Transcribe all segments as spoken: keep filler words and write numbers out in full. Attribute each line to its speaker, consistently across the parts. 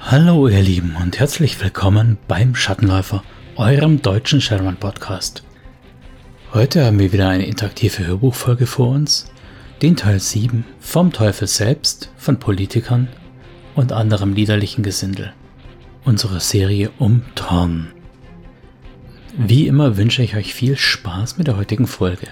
Speaker 1: Hallo ihr Lieben und herzlich willkommen beim Schattenläufer, eurem deutschen Shadowrun-Podcast. Heute haben wir wieder eine interaktive Hörbuchfolge vor uns, den Teil sieben vom Teufel selbst, von Politikern und anderem liederlichen Gesindel, unsere Serie um Thorn. Wie immer wünsche ich euch viel Spaß mit der heutigen Folge.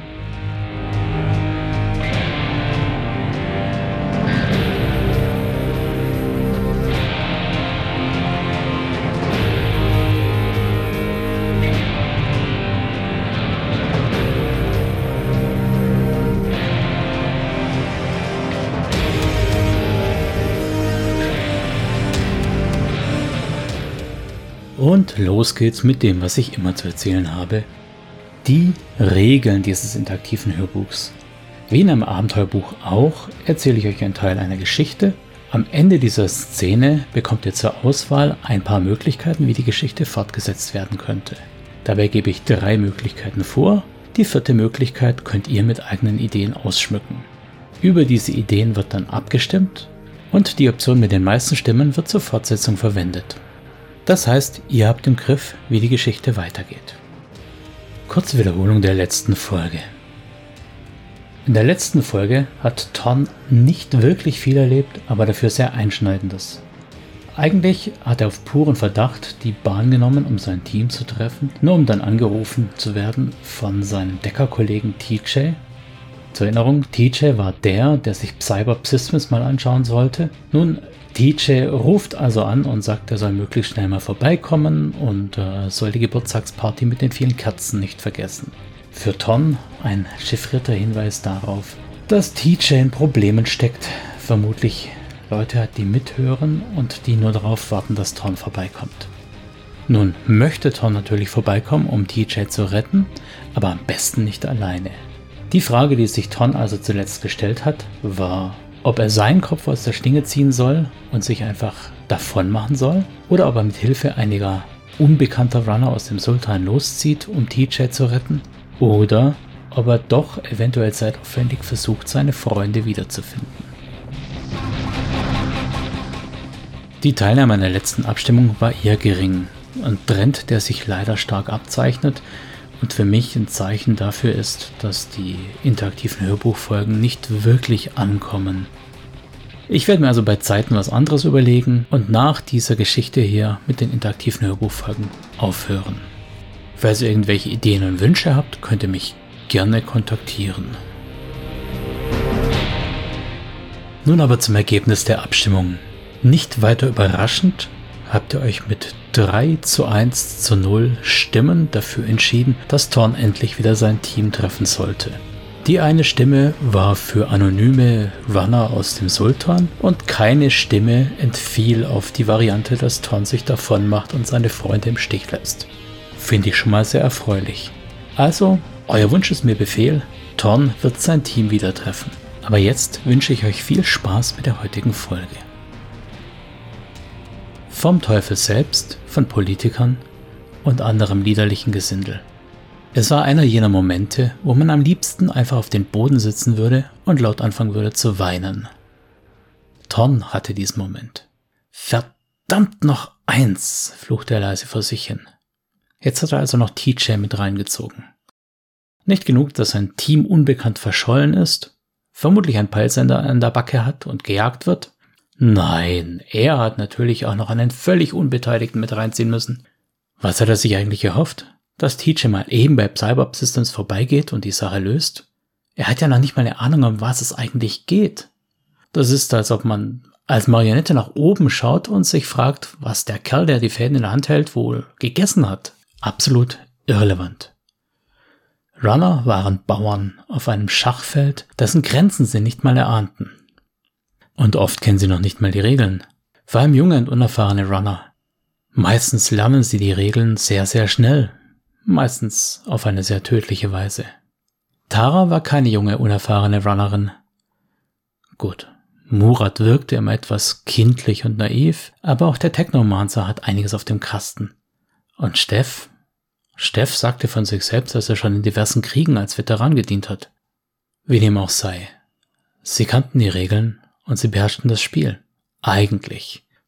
Speaker 1: Und los geht's mit dem, was ich immer zu erzählen habe. Die Regeln dieses interaktiven Hörbuchs. Wie in einem Abenteuerbuch auch, erzähle ich euch einen Teil einer Geschichte. Am Ende dieser Szene bekommt ihr zur Auswahl ein paar Möglichkeiten, wie die Geschichte fortgesetzt werden könnte. Dabei gebe ich drei Möglichkeiten vor. Die vierte Möglichkeit könnt ihr mit eigenen Ideen ausschmücken. Über diese Ideen wird dann abgestimmt und die Option mit den meisten Stimmen wird zur Fortsetzung verwendet. Das heißt, ihr habt im Griff, wie die Geschichte weitergeht. Kurze Wiederholung der letzten Folge. In der letzten Folge hat Thorn nicht wirklich viel erlebt, aber dafür sehr Einschneidendes. Eigentlich hat er auf puren Verdacht die Bahn genommen, um sein Team zu treffen, nur um dann angerufen zu werden von seinem Deckerkollegen T J. Zur Erinnerung, T J war der, der sich Cyberpsismus mal anschauen sollte. Nun, T J ruft also an und sagt, er soll möglichst schnell mal vorbeikommen und äh, soll die Geburtstagsparty mit den vielen Kerzen nicht vergessen. Für Thorn ein chiffrierter Hinweis darauf, dass T J in Problemen steckt. Vermutlich Leute hat, die mithören und die nur darauf warten, dass Thorn vorbeikommt. Nun möchte Thorn natürlich vorbeikommen, um T J zu retten, aber am besten nicht alleine. Die Frage, die sich Thorn also zuletzt gestellt hat, war, ob er seinen Kopf aus der Schlinge ziehen soll und sich einfach davon machen soll, oder ob er mit Hilfe einiger unbekannter Runner aus dem Sultan loszieht, um T J zu retten, oder ob er doch eventuell zeitaufwendig versucht, seine Freunde wiederzufinden. Die Teilnahme an der letzten Abstimmung war eher gering, ein Trend, der sich leider stark abzeichnet, und für mich ein Zeichen dafür ist, dass die interaktiven Hörbuchfolgen nicht wirklich ankommen. Ich werde mir also bei Zeiten was anderes überlegen und nach dieser Geschichte hier mit den interaktiven Hörbuchfolgen aufhören. Falls ihr irgendwelche Ideen und Wünsche habt, könnt ihr mich gerne kontaktieren. Nun aber zum Ergebnis der Abstimmung. Nicht weiter überraschend habt ihr euch mit drei zu eins zu null Stimmen dafür entschieden, dass Thorn endlich wieder sein Team treffen sollte. Die eine Stimme war für anonyme Runner aus dem Sultan und keine Stimme entfiel auf die Variante, dass Thorn sich davon macht und seine Freunde im Stich lässt. Finde ich schon mal sehr erfreulich. Also, euer Wunsch ist mir Befehl, Thorn wird sein Team wieder treffen. Aber jetzt wünsche ich euch viel Spaß mit der heutigen Folge. Vom Teufel selbst, von Politikern und anderem liederlichen Gesindel. Es war einer jener Momente, wo man am liebsten einfach auf den Boden sitzen würde und laut anfangen würde zu weinen. Thorn hatte diesen Moment. Verdammt noch eins, fluchte er leise vor sich hin. Jetzt hat er also noch T J mit reingezogen. Nicht genug, dass sein Team unbekannt verschollen ist, vermutlich ein Peilsender an der Backe hat und gejagt wird. Nein, er hat natürlich auch noch einen völlig Unbeteiligten mit reinziehen müssen. Was hat er sich eigentlich erhofft? Dass T J mal eben bei Cyberpsystems vorbeigeht und die Sache löst? Er hat ja noch nicht mal eine Ahnung, um was es eigentlich geht. Das ist, als ob man als Marionette nach oben schaut und sich fragt, was der Kerl, der die Fäden in der Hand hält, wohl gegessen hat. Absolut irrelevant. Runner waren Bauern auf einem Schachfeld, dessen Grenzen sie nicht mal erahnten. Und oft kennen sie noch nicht mal die Regeln. Vor allem junge und unerfahrene Runner. Meistens lernen sie die Regeln sehr, sehr schnell. Meistens auf eine sehr tödliche Weise. Tara war keine junge, unerfahrene Runnerin. Gut, Murat wirkte immer etwas kindlich und naiv, aber auch der Technomancer hat einiges auf dem Kasten. Und Steff? Steff sagte von sich selbst, dass er schon in diversen Kriegen als Veteran gedient hat. Wie dem auch sei. Sie kannten die Regeln und sie beherrschten das Spiel. Eigentlich.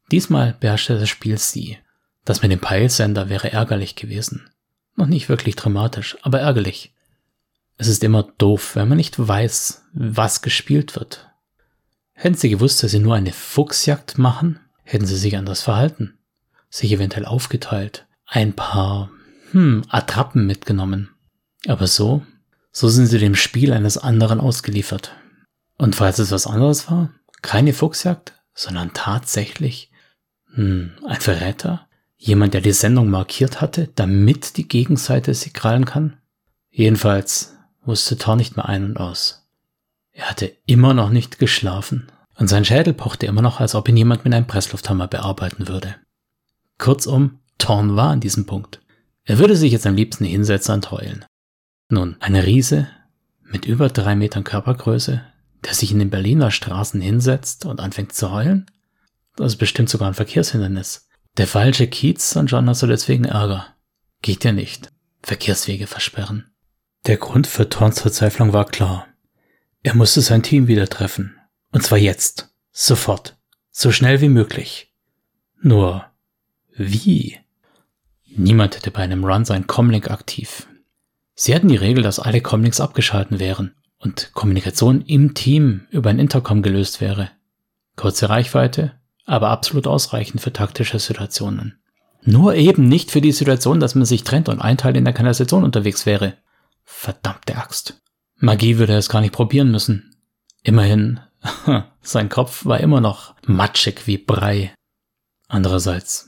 Speaker 1: Diesmal beherrschte das Spiel sie. Das mit dem Peilsender wäre ärgerlich gewesen. Noch nicht wirklich dramatisch, aber ärgerlich. Es ist immer doof, wenn man nicht weiß, was gespielt wird. Hätten sie gewusst, dass sie nur eine Fuchsjagd machen, hätten sie sich anders verhalten. Sich eventuell aufgeteilt. Ein paar, hm, Attrappen mitgenommen. Aber so, so sind sie dem Spiel eines anderen ausgeliefert. Und falls es was anderes war, keine Fuchsjagd, sondern tatsächlich, hm, ein Verräter? Jemand, der die Sendung markiert hatte, damit die Gegenseite sie krallen kann? Jedenfalls wusste Thor nicht mehr ein und aus. Er hatte immer noch nicht geschlafen und sein Schädel pochte immer noch, als ob ihn jemand mit einem Presslufthammer bearbeiten würde. Kurzum, Thorn war an diesem Punkt. Er würde sich jetzt am liebsten hinsetzen und heulen. Nun, ein Riese mit über drei Metern Körpergröße, der sich in den Berliner Straßen hinsetzt und anfängt zu heulen? Das ist bestimmt sogar ein Verkehrshindernis. Der falsche Kiez und John hast du deswegen Ärger. Geht ja nicht. Verkehrswege versperren. Der Grund für Thorns Verzweiflung war klar. Er musste sein Team wieder treffen. Und zwar jetzt. Sofort. So schnell wie möglich. Nur, wie? Niemand hätte bei einem Run sein Comlink aktiv. Sie hatten die Regel, dass alle Comlinks abgeschalten wären und Kommunikation im Team über ein Intercom gelöst wäre. Kurze Reichweite, aber absolut ausreichend für taktische Situationen. Nur eben nicht für die Situation, dass man sich trennt und ein Teil in der Kanalisation unterwegs wäre. Verdammte Axt. Magie würde er es gar nicht probieren müssen. Immerhin, sein Kopf war immer noch matschig wie Brei. Andererseits,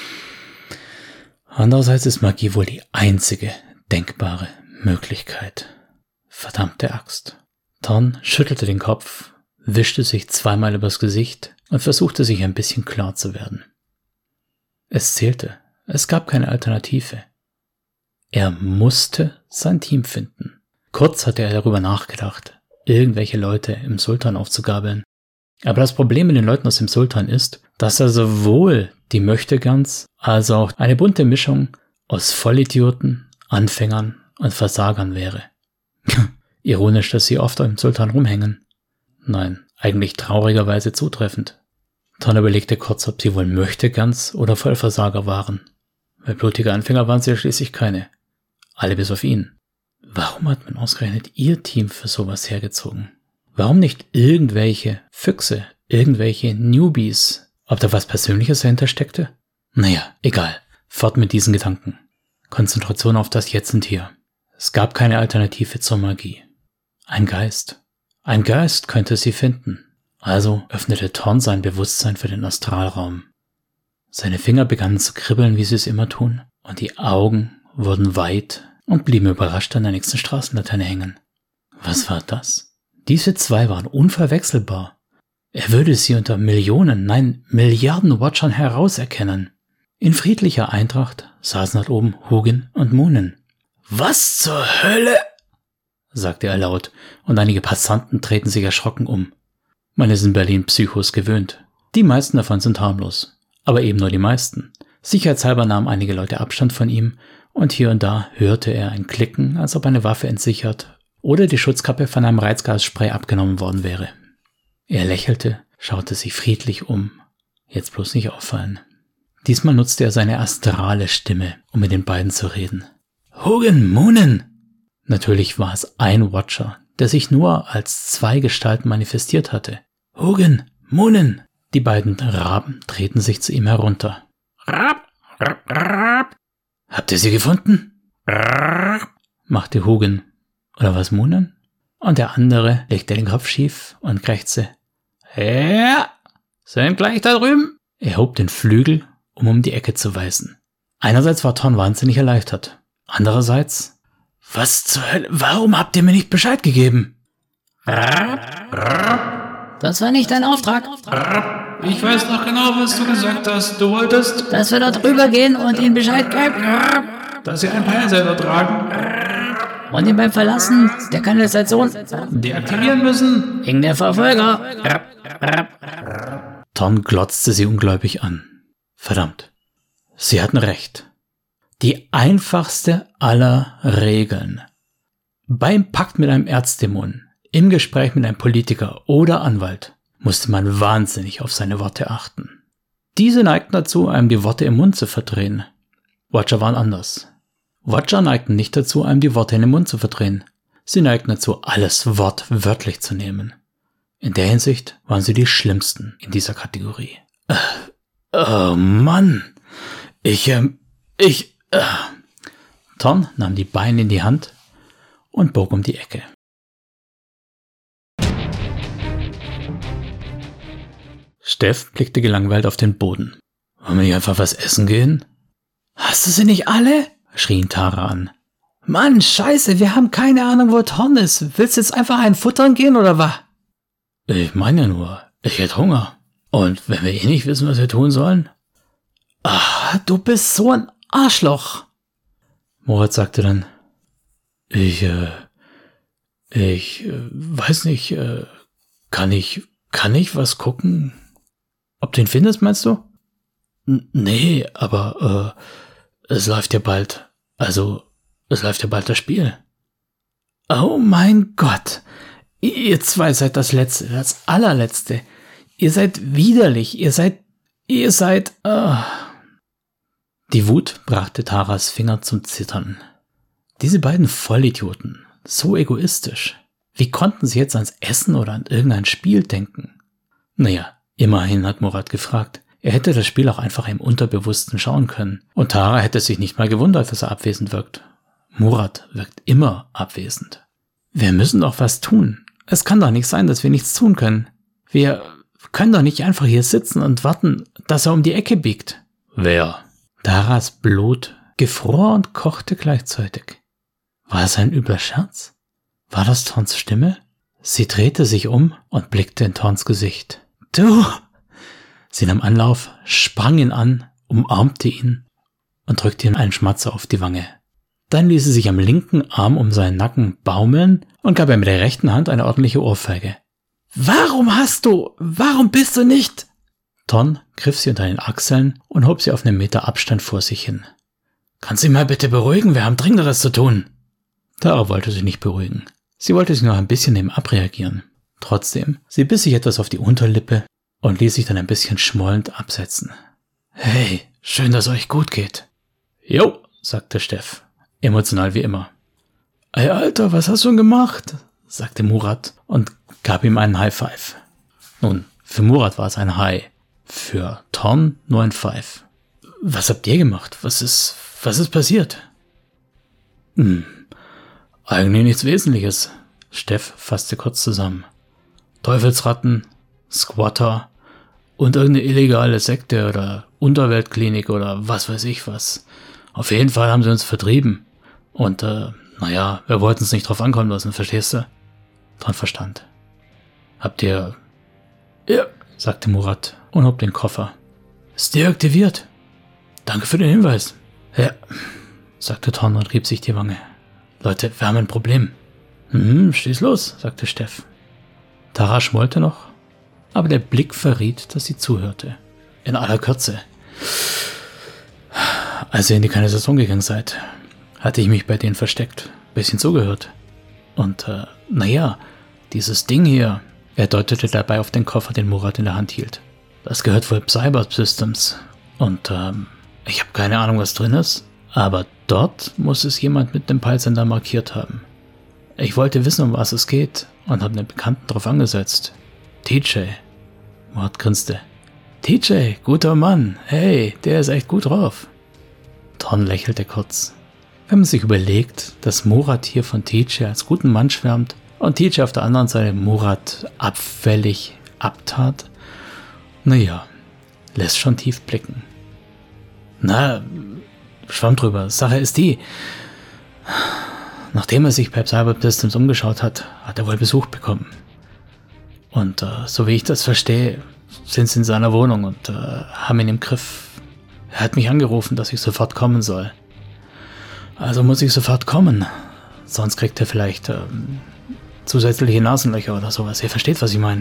Speaker 1: andererseits ist Magie wohl die einzige denkbare Möglichkeit. Verdammte Axt. Thorn schüttelte den Kopf, wischte sich zweimal übers Gesicht und versuchte sich ein bisschen klar zu werden. Es zählte. Es gab keine Alternative. Er musste sein Team finden. Kurz hatte er darüber nachgedacht, irgendwelche Leute im Sultan aufzugabeln. Aber das Problem mit den Leuten aus dem Sultan ist, dass er sowohl die Möchtegans als auch eine bunte Mischung aus Vollidioten, Anfängern und Versagern wäre. Ironisch, dass sie oft im Sultan rumhängen. Nein, eigentlich traurigerweise zutreffend. Thorn überlegte kurz, ob sie wohl Möchtegans oder Vollversager waren. Weil blutige Anfänger waren sie ja schließlich keine. Alle bis auf ihn. Warum hat man ausgerechnet ihr Team für sowas hergezogen? Warum nicht irgendwelche Füchse, irgendwelche Newbies? Ob da was Persönliches dahinter steckte? Naja, egal. Fort mit diesen Gedanken. Konzentration auf das Jetzt und Hier. Es gab keine Alternative zur Magie. Ein Geist. Ein Geist könnte sie finden. Also öffnete Thorn sein Bewusstsein für den Astralraum. Seine Finger begannen zu kribbeln, wie sie es immer tun, und die Augen wurden weit und blieben überrascht an der nächsten Straßenlaterne hängen. Was war das? Diese zwei waren unverwechselbar. Er würde sie unter Millionen, nein, Milliarden Watchern herauserkennen. In friedlicher Eintracht saßen dort oben Hugin und Moonen. »Was zur Hölle?« sagte er laut, und einige Passanten drehten sich erschrocken um. Man ist in Berlin Psychos gewöhnt. Die meisten davon sind harmlos. Aber eben nur die meisten. Sicherheitshalber nahmen einige Leute Abstand von ihm, und hier und da hörte er ein Klicken, als ob eine Waffe entsichert oder die Schutzkappe von einem Reizgasspray abgenommen worden wäre. Er lächelte, schaute sich friedlich um. Jetzt bloß nicht auffallen. Diesmal nutzte er seine astrale Stimme, um mit den beiden zu reden. »Hugin, Moonen!« Natürlich war es ein Watcher, der sich nur als zwei Gestalten manifestiert hatte. »Hugin, Moonen!« Die beiden Raben drehten sich zu ihm herunter. »Rab, rab, rab. Habt ihr sie gefunden?« »Rab«, machte Hugin. Oder was Moonen? Und der andere legte den Kopf schief und krächzte. »Ja, sind gleich da drüben.« Er hob den Flügel, um um die Ecke zu weisen. Einerseits war Thorn wahnsinnig erleichtert. Andererseits, was zur Hölle, warum habt ihr mir nicht Bescheid gegeben?
Speaker 2: Das war nicht dein Auftrag.
Speaker 3: Ich weiß noch genau, was du gesagt hast. Du wolltest,
Speaker 2: dass wir dort rüber gehen und ihnen Bescheid geben,
Speaker 3: dass sie einen Peilsender tragen
Speaker 2: und ihn beim Verlassen der Kanalisation
Speaker 3: deaktivieren müssen.
Speaker 2: Wegen der Verfolger.
Speaker 1: Thorn glotzte sie ungläubig an. Verdammt, sie hatten recht. Die einfachste aller Regeln. Beim Pakt mit einem Erzdämon, im Gespräch mit einem Politiker oder Anwalt, musste man wahnsinnig auf seine Worte achten. Diese neigten dazu, einem die Worte im Mund zu verdrehen. Watcher waren anders. Watcher neigten nicht dazu, einem die Worte in den Mund zu verdrehen. Sie neigten dazu, alles wortwörtlich zu nehmen. In der Hinsicht waren sie die Schlimmsten in dieser Kategorie. Äh, oh Mann, ich, ähm, ich, äh. Thorn nahm die Beine in die Hand und bog um die Ecke. Steff blickte gelangweilt auf den Boden. Wollen wir nicht einfach was essen gehen? Hast du sie nicht alle? Schrie ihn Tara an. Mann, scheiße, wir haben keine Ahnung, wo Thorn ist. Willst du jetzt einfach einen futtern gehen, oder was? Ich meine ja nur, ich hätte Hunger. Und wenn wir eh nicht wissen, was wir tun sollen? Ach, du bist so ein Arschloch. Morat sagte dann, ich, äh, ich, äh, weiß nicht, äh, kann ich, kann ich was gucken? Ob du ihn findest, meinst du? N- nee, aber, äh, es läuft ja bald, also, es läuft ja bald das Spiel. Oh mein Gott, ihr zwei seid das Letzte, das Allerletzte. Ihr seid widerlich, ihr seid, ihr seid, äh. Die Wut brachte Taras Finger zum Zittern. Diese beiden Vollidioten, so egoistisch. Wie konnten sie jetzt ans Essen oder an irgendein Spiel denken? Naja, immerhin hat Morat gefragt. Er hätte das Spiel auch einfach im Unterbewussten schauen können. Und Tara hätte sich nicht mal gewundert, dass er abwesend wirkt. Murat wirkt immer abwesend. Wir müssen doch was tun. Es kann doch nicht sein, dass wir nichts tun können. Wir können doch nicht einfach hier sitzen und warten, dass er um die Ecke biegt. Wer? Taras Blut gefror und kochte gleichzeitig. War es ein übler Scherz? War das Thorns Stimme? Sie drehte sich um und blickte in Thorns Gesicht. Du! Sie nahm Anlauf, sprang ihn an, umarmte ihn und drückte ihm einen Schmatzer auf die Wange. Dann ließ sie sich am linken Arm um seinen Nacken baumeln und gab ihm mit der rechten Hand eine ordentliche Ohrfeige. Warum hast du? Warum bist du nicht? Thorn griff sie unter den Achseln und hob sie auf einen Meter Abstand vor sich hin. Kannst du ihn mal bitte beruhigen? Wir haben Dringenderes zu tun. Tara wollte sich nicht beruhigen. Sie wollte sich noch ein bisschen neben abreagieren. Trotzdem, sie biss sich etwas auf die Unterlippe und ließ sich dann ein bisschen schmollend absetzen. Hey, schön, dass euch gut geht. Jo, sagte Steff, emotional wie immer. Ey, Alter, was hast du denn gemacht? Sagte Murat und gab ihm einen High Five. Nun, für Murat war es ein High. Für Thorn nur ein Five. Was habt ihr gemacht? Was ist, was ist passiert? Hm, eigentlich nichts Wesentliches. Steff fasste kurz zusammen. Teufelsratten, Squatter und irgendeine illegale Sekte oder Unterweltklinik oder was weiß ich was. Auf jeden Fall haben sie uns vertrieben. Und, äh, naja, wir wollten es nicht drauf ankommen lassen, verstehst du? Thorn verstand. Habt ihr... Ja, sagte Murat und hob den Koffer. Ist deaktiviert. Danke für den Hinweis. Ja, sagte Thorn und rieb sich die Wange. Leute, wir haben ein Problem. Hm, steh's los, sagte Steff. Tara schmollte noch, aber der Blick verriet, dass sie zuhörte. In aller Kürze. Als ihr in die Kanalisation gegangen seid, hatte ich mich bei denen versteckt, bisschen zugehört. Und, äh, naja, dieses Ding hier, er deutete dabei auf den Koffer, den Murat in der Hand hielt. Das gehört wohl Cyber Systems. Und, ähm, ich habe keine Ahnung, was drin ist, aber dort muss es jemand mit dem Peilsender markiert haben. Ich wollte wissen, um was es geht und habe einen Bekannten drauf angesetzt. T J. Murat grinste. T J, guter Mann. Hey, der ist echt gut drauf. Thorn lächelte kurz. Wenn man sich überlegt, dass Murat hier von T J als guten Mann schwärmt und T J auf der anderen Seite Murat abfällig abtat, naja, lässt schon tief blicken. Na, schwamm drüber. Sache ist die, nachdem er sich bei Cyber Systems umgeschaut hat, hat er wohl Besuch bekommen. Und äh, so wie ich das verstehe, sind sie in seiner Wohnung und äh, haben ihn im Griff. Er hat mich angerufen, dass ich sofort kommen soll. Also muss ich sofort kommen. Sonst kriegt er vielleicht ähm, zusätzliche Nasenlöcher oder sowas. Ihr versteht, was ich meine.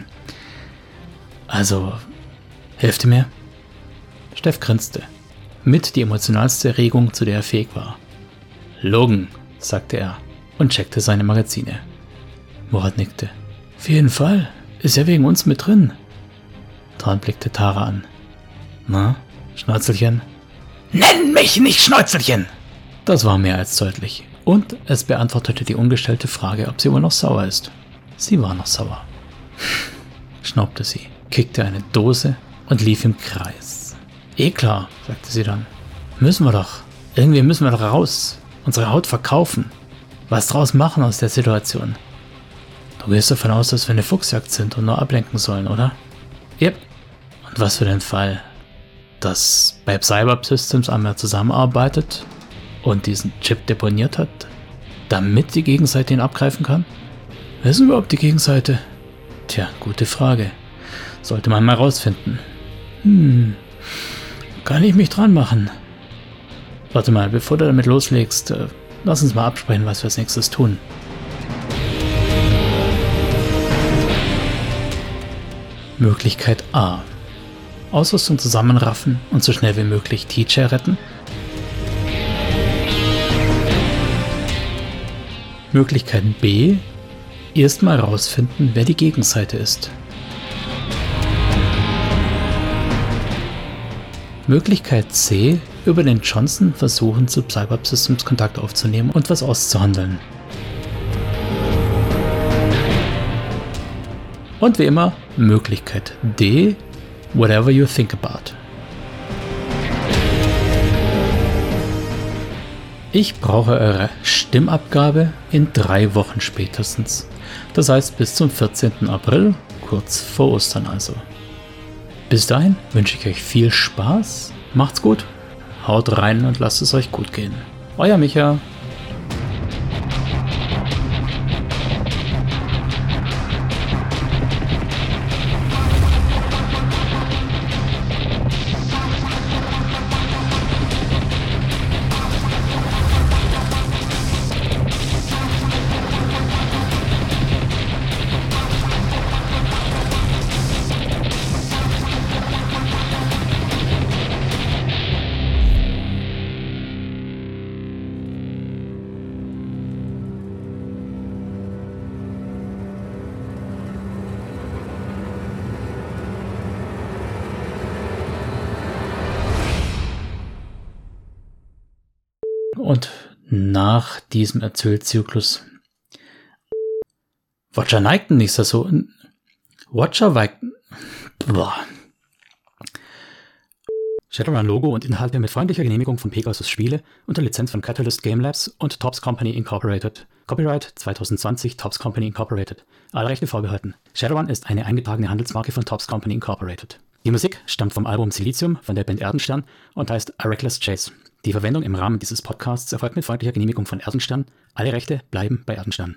Speaker 1: Also, helft ihr mir? Steff grinste. Mit die emotionalste Erregung, zu der er fähig war. Logan, sagte er und checkte seine Magazine. Murat nickte. Auf jeden Fall. Ist ja wegen uns mit drin. Thorn blickte Tara an. Na, Schnäuzelchen? Nenn mich nicht Schnäuzelchen! Das war mehr als deutlich. Und es beantwortete die ungestellte Frage, ob sie wohl noch sauer ist. Sie war noch sauer. Schnaubte sie, kickte eine Dose und lief im Kreis. Eh klar, sagte sie dann. Müssen wir doch. Irgendwie müssen wir doch raus. Unsere Haut verkaufen. Was draus machen aus der Situation. Du gehst davon aus, dass wir eine Fuchsjagd sind und nur ablenken sollen, oder? Yep. Und was für den Fall, dass Babe Cyber Systems einmal zusammenarbeitet und diesen Chip deponiert hat, damit die Gegenseite ihn abgreifen kann? Wer ist überhaupt die Gegenseite? Tja, gute Frage. Sollte man mal rausfinden. Hm, kann ich mich dran machen? Warte mal, bevor du damit loslegst, äh, lass uns mal absprechen, was wir als nächstes tun. Möglichkeit A. Ausrüstung zusammenraffen und so schnell wie möglich T J retten. Möglichkeit B. Erstmal rausfinden, wer die Gegenseite ist. Möglichkeit C. Über den Johnson versuchen, zu Cyborg Systems Kontakt aufzunehmen und was auszuhandeln. Und wie immer, Möglichkeit D. Whatever you think about. Ich brauche eure Stimmabgabe in drei Wochen spätestens. Das heißt bis zum vierzehnten April, kurz vor Ostern also. Bis dahin wünsche ich euch viel Spaß, macht's gut, haut rein und lasst es euch gut gehen. Euer Micha. Und nach diesem Erzählzyklus Watcher neigten nicht so. Watcher weigten. Boah. Shadowrun-Logo und Inhalte mit freundlicher Genehmigung von Pegasus Spiele unter Lizenz von Catalyst Game Labs und Topps Company Incorporated. Copyright zwanzig zwanzig Topps Company Incorporated. Alle Rechte vorbehalten. Shadowrun ist eine eingetragene Handelsmarke von Topps Company Incorporated. Die Musik stammt vom Album Silicium von der Band Erdenstern und heißt A Reckless Chase. Die Verwendung im Rahmen dieses Podcasts erfolgt mit freundlicher Genehmigung von Erdenstern. Alle Rechte bleiben bei Erdenstern.